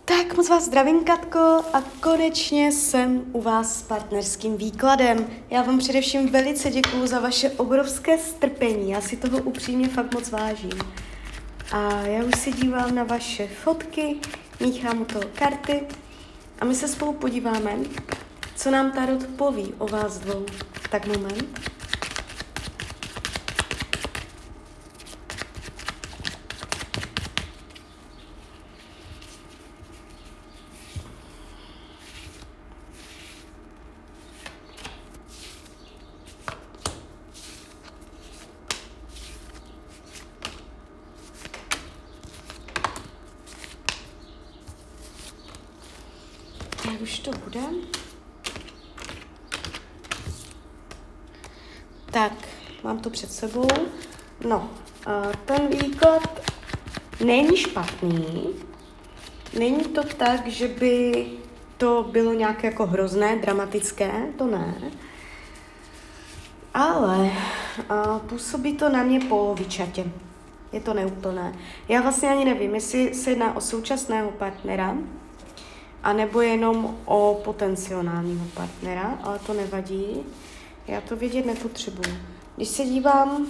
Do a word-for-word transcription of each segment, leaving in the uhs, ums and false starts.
Tak moc vás zdravím, Katko, a konečně jsem u vás s partnerským výkladem. Já vám především velice děkuju za vaše obrovské strpení, já si toho upřímně fakt moc vážím. A já už si dívám na vaše fotky, míchám u toho karty a my se spolu podíváme, co nám tarot poví o vás dvou. Tak moment. Jak už to bude? Tak, mám to před sebou. No, ten výklad není špatný. Není to tak, že by to bylo nějaké jako hrozné, dramatické, to ne. Ale a, působí to na mě polovičatě. Je to neúplné. Já vlastně ani nevím, jestli se jedná o současného partnera, a nebo jenom o potenciálního partnera, ale to nevadí. Já to vědět nepotřebuji. Když se dívám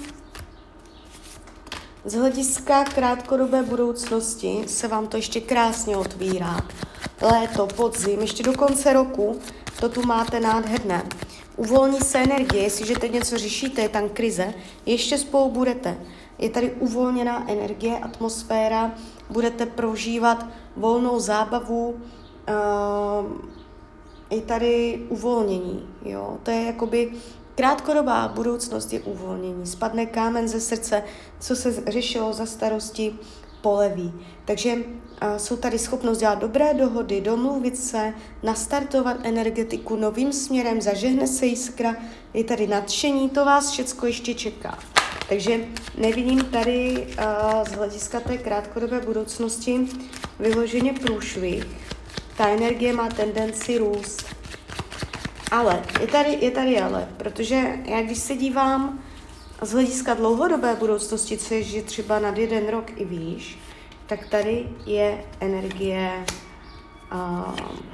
z hlediska krátkodobé budoucnosti, se vám to ještě krásně otvírá. Léto, podzim, ještě do konce roku to tu máte nádherné. Uvolní se energie, jestliže teď něco řešíte, je tam krize, ještě spolu budete. Je tady uvolněná energie, atmosféra, budete prožívat volnou zábavu, Uh, je tady uvolnění, jo, to je jakoby krátkodobá budoucnost je uvolnění, spadne kámen ze srdce, co se řešilo za starosti, poleví. Takže uh, jsou tady schopnost dělat dobré dohody, domluvit se, nastartovat energetiku novým směrem, zažehne se jiskra, je tady nadšení, to vás všecko ještě čeká. Takže nevidím tady uh, z hlediska té krátkodobé budoucnosti vyloženě průšvih. Ta energie má tendenci růst. Ale, je tady, je tady ale, protože já když se dívám z hlediska dlouhodobé budoucnosti, co je že třeba nad jeden rok i výš, tak tady je energie uh,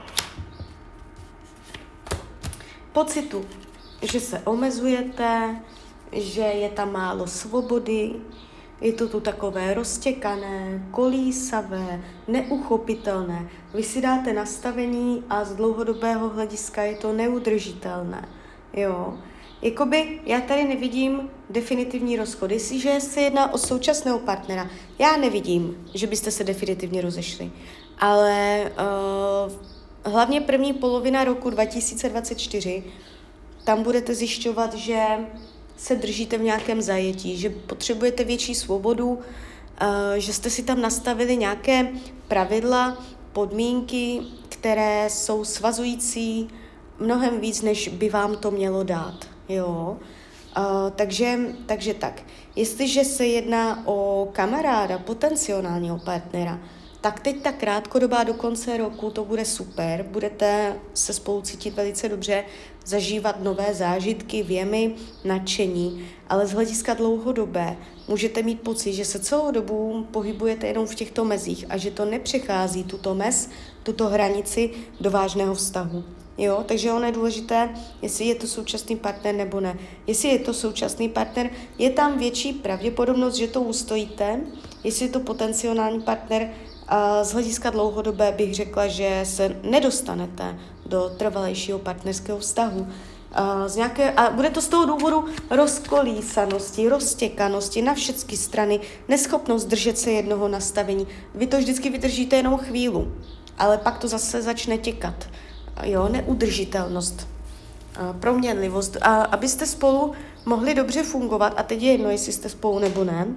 pocitu, že se omezujete, že je tam málo svobody, je to tu takové roztěkané, kolísavé, neuchopitelné. Vy si dáte nastavení a z dlouhodobého hlediska je to neudržitelné. Jo. Jakoby já tady nevidím definitivní rozchod. Jestliže se jedná o současného partnera, já nevidím, že byste se definitivně rozešli. Ale uh, hlavně první polovina roku dva tisíce dvacet čtyři, tam budete zjišťovat, že se držíte v nějakém zajetí, že potřebujete větší svobodu, uh, že jste si tam nastavili nějaké pravidla, podmínky, které jsou svazující mnohem víc, než by vám to mělo dát. Jo? Uh, takže, takže tak. Jestliže se jedná o kamaráda, potenciálního partnera, tak teď ta krátkodobá do konce roku, to bude super, budete se spolu cítit velice dobře, zažívat nové zážitky, věmy, nadšení, ale z hlediska dlouhodobé můžete mít pocit, že se celou dobu pohybujete jenom v těchto mezích a že to nepřechází tuto mez, tuto hranici do vážného vztahu. Jo, takže ono je důležité, jestli je to současný partner nebo ne. Jestli je to současný partner, je tam větší pravděpodobnost, že to ustojíte. Jestli je to potenciální partner, a z hlediska dlouhodobé bych řekla, že se nedostanete do trvalejšího partnerského vztahu. A, z nějaké, a bude to z toho důvodu rozkolísanosti, roztěkanosti na všechny strany, neschopnost držet se jednoho nastavení. Vy to vždycky vydržíte jenom chvíli, ale pak to zase začne těkat. Jo, neudržitelnost, a, proměnlivost. A abyste spolu mohli dobře fungovat, a teď je jedno, jestli jste spolu nebo ne,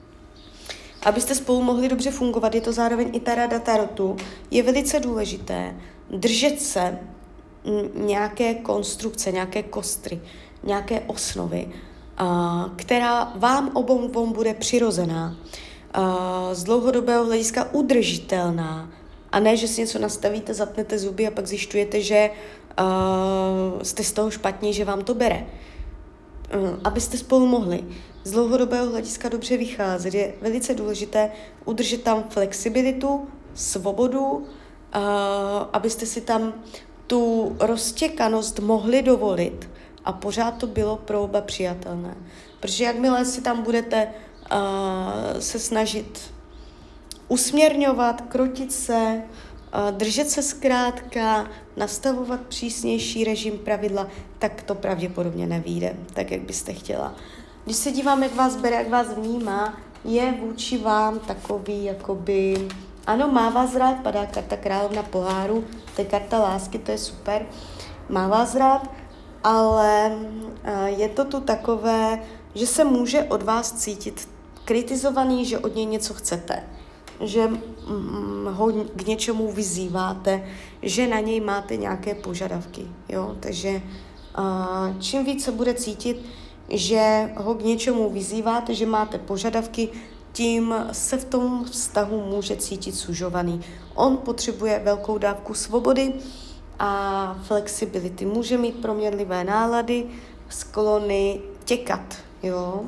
abyste spolu mohli dobře fungovat, je to zároveň i ta rada tarotu, je velice důležité držet se nějaké konstrukce, nějaké kostry, nějaké osnovy, a, která vám obou bude přirozená, a, z dlouhodobého hlediska udržitelná, a ne, že si něco nastavíte, zatnete zuby a pak zjišťujete, že uh, jste z toho špatní, že vám to bere. Uh, abyste spolu mohli z dlouhodobého hlediska dobře vycházet, je velice důležité udržet tam flexibilitu, svobodu, abyste si tam tu roztěkanost mohli dovolit a pořád to bylo pro oba přijatelné. Protože jakmile si tam budete uh, se snažit usměrňovat, krotit se, uh, držet se zkrátka, nastavovat přísnější režim pravidla, tak to pravděpodobně nevyjde, tak jak byste chtěla. Když se dívám, jak vás bere, jak vás vnímá, je vůči vám takový, jakoby, ano, má vás rád, padá karta královna poháru, to je karta lásky, to je super, má vás rád, ale je to tu takové, že se může od vás cítit kritizovaný, že od něj něco chcete, že ho k něčemu vyzýváte, že na něj máte nějaké požadavky, jo, takže čím víc se bude cítit, že ho k něčemu vyzýváte, že máte požadavky, tím se v tom vztahu může cítit sužovaný. On potřebuje velkou dávku svobody a flexibility. Může mít proměnlivé nálady, sklony těkat, jo.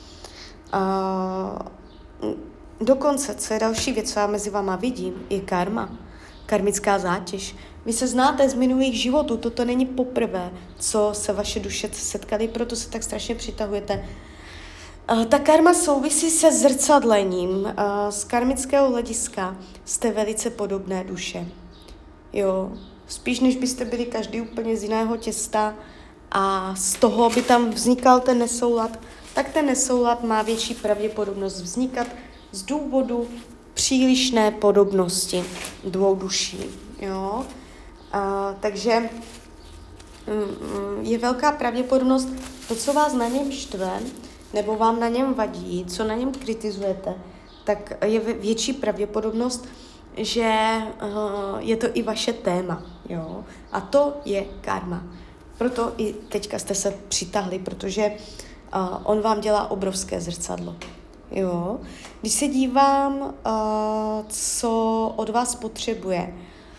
A dokonce, co je další věc, co já mezi váma vidím, je karma, karmická zátěž. Vy se znáte z minulých životů, toto není poprvé, co se vaše duše setkaly, proto se tak strašně přitahujete. Uh, ta karma souvisí se zrcadlením. Uh, z karmického hlediska jste velice podobné duše. Jo, spíš než byste byli každý úplně z jiného těsta a z toho by tam vznikal ten nesoulad, tak ten nesoulad má větší pravděpodobnost vznikat z důvodu přílišné podobnosti dvou duší. Jo? Uh, takže um, je velká pravděpodobnost, to, co vás na něm štve, nebo vám na něm vadí, co na něm kritizujete, tak je větší pravděpodobnost, že uh, je to i vaše téma. Jo? A to je karma. Proto i teďka jste se přitahli, protože uh, on vám dělá obrovské zrcadlo. Jo? Když se dívám, uh, co od vás potřebuje,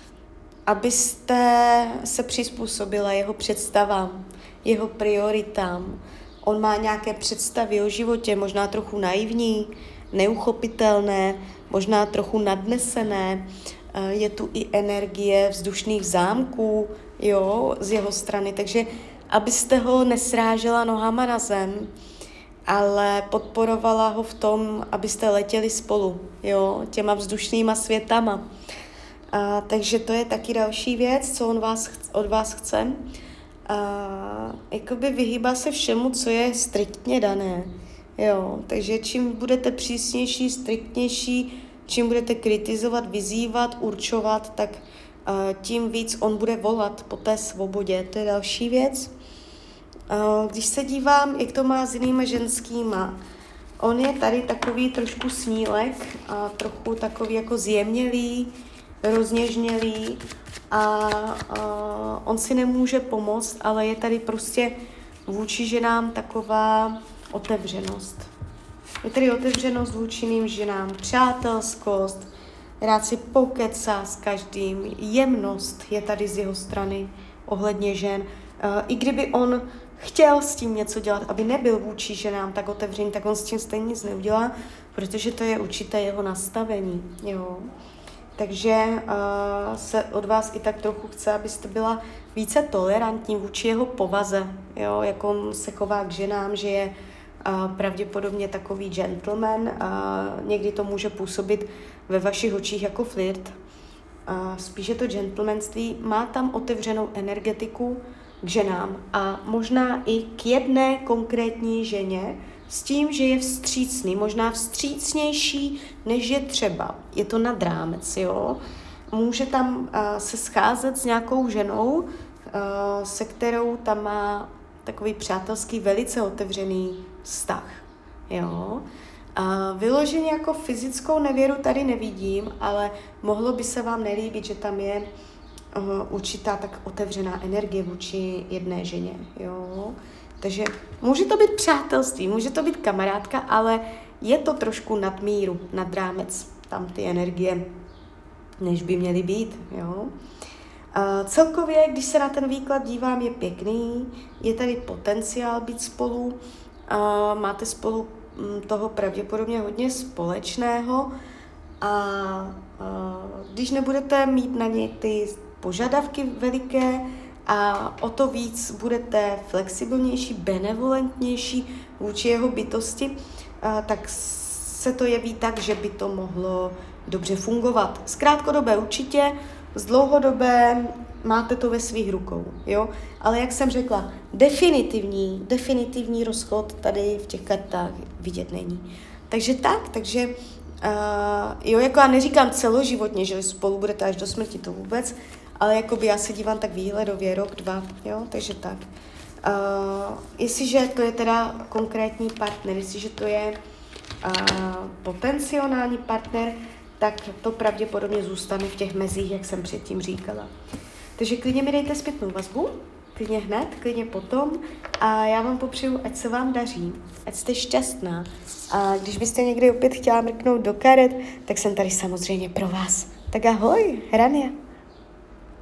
abyste se přizpůsobila jeho představám, jeho prioritám. On má nějaké představy o životě, možná trochu naivní, neuchopitelné, možná trochu nadnesené. Je tu i energie vzdušných zámků, jo, z jeho strany, takže abyste ho nesrážela nohama na zem, ale podporovala ho v tom, abyste letěli spolu, jo, těma vzdušnýma světama. A, takže to je taky další věc, co on vás, od vás chce. A, jakoby vyhýbá se všemu, co je striktně dané. Jo, takže čím budete přísnější, striktnější, čím budete kritizovat, vyzývat, určovat, tak a, tím víc on bude volat po té svobodě. To je další věc. A, když se dívám, jak to má s jinými ženskýma, on je tady takový trošku snílek, a trochu takový jako zjemnělý, rozněžnělý a, a on si nemůže pomoct, ale je tady prostě vůči ženám taková otevřenost. Je tady otevřenost vůči jiným ženám, přátelskost, rád si pokecá s každým, jemnost je tady z jeho strany ohledně žen. I kdyby on chtěl s tím něco dělat, aby nebyl vůči ženám tak otevřený, tak on s tím stejně nic neudělá, protože to je určité jeho nastavení. Jo. Takže uh, se od vás i tak trochu chce, abyste byla více tolerantní vůči jeho povaze, jo, jak on se chová k ženám, že je uh, pravděpodobně takový gentleman, uh, někdy to může působit ve vašich očích jako flirt. Uh, spíše to gentlemanství má tam otevřenou energetiku k ženám a možná i k jedné konkrétní ženě, s tím, že je vstřícný, možná vstřícnější, než je třeba. Je to nad rámec, jo. Může tam uh, se scházet s nějakou ženou, uh, se kterou tam má takový přátelský, velice otevřený vztah, jo. Uh, vyloženě jako fyzickou nevěru tady nevidím, ale mohlo by se vám nelíbit, že tam je uh, určitá tak otevřená energie vůči jedné ženě, jo. Takže může to být přátelství, může to být kamarádka, ale je to trošku nad míru, nad rámec, tam ty energie, než by měly být. Jo? Uh, celkově, když se na ten výklad dívám, je pěkný, je tady potenciál být spolu, uh, máte spolu um, toho pravděpodobně hodně společného a když nebudete mít na něj ty požadavky veliké a o to víc budete flexibilnější, benevolentnější vůči jeho bytosti, tak se to jeví tak, že by to mohlo dobře fungovat. Z krátkodobé určitě, z dlouhodobé máte to ve svých rukou, jo? Ale jak jsem řekla, definitivní, definitivní rozchod tady v těch kartách vidět není. Takže tak, takže uh, jo, jako já neříkám celoživotně, že spolu budete až do smrti, to vůbec, ale jakoby já se dívám tak výhledově, rok, dva, jo, takže tak. Uh, jestliže to je teda konkrétní partner, jestliže to je uh, potenciální partner, tak to pravděpodobně zůstane v těch mezích, jak jsem předtím říkala. Takže klidně mi dejte zpětnou vazbu, klidně hned, klidně potom a já vám popřeju, ať se vám daří, ať jste šťastná. A když byste někdy opět chtěla mrknout do karet, tak jsem tady samozřejmě pro vás. Tak ahoj, Hrania.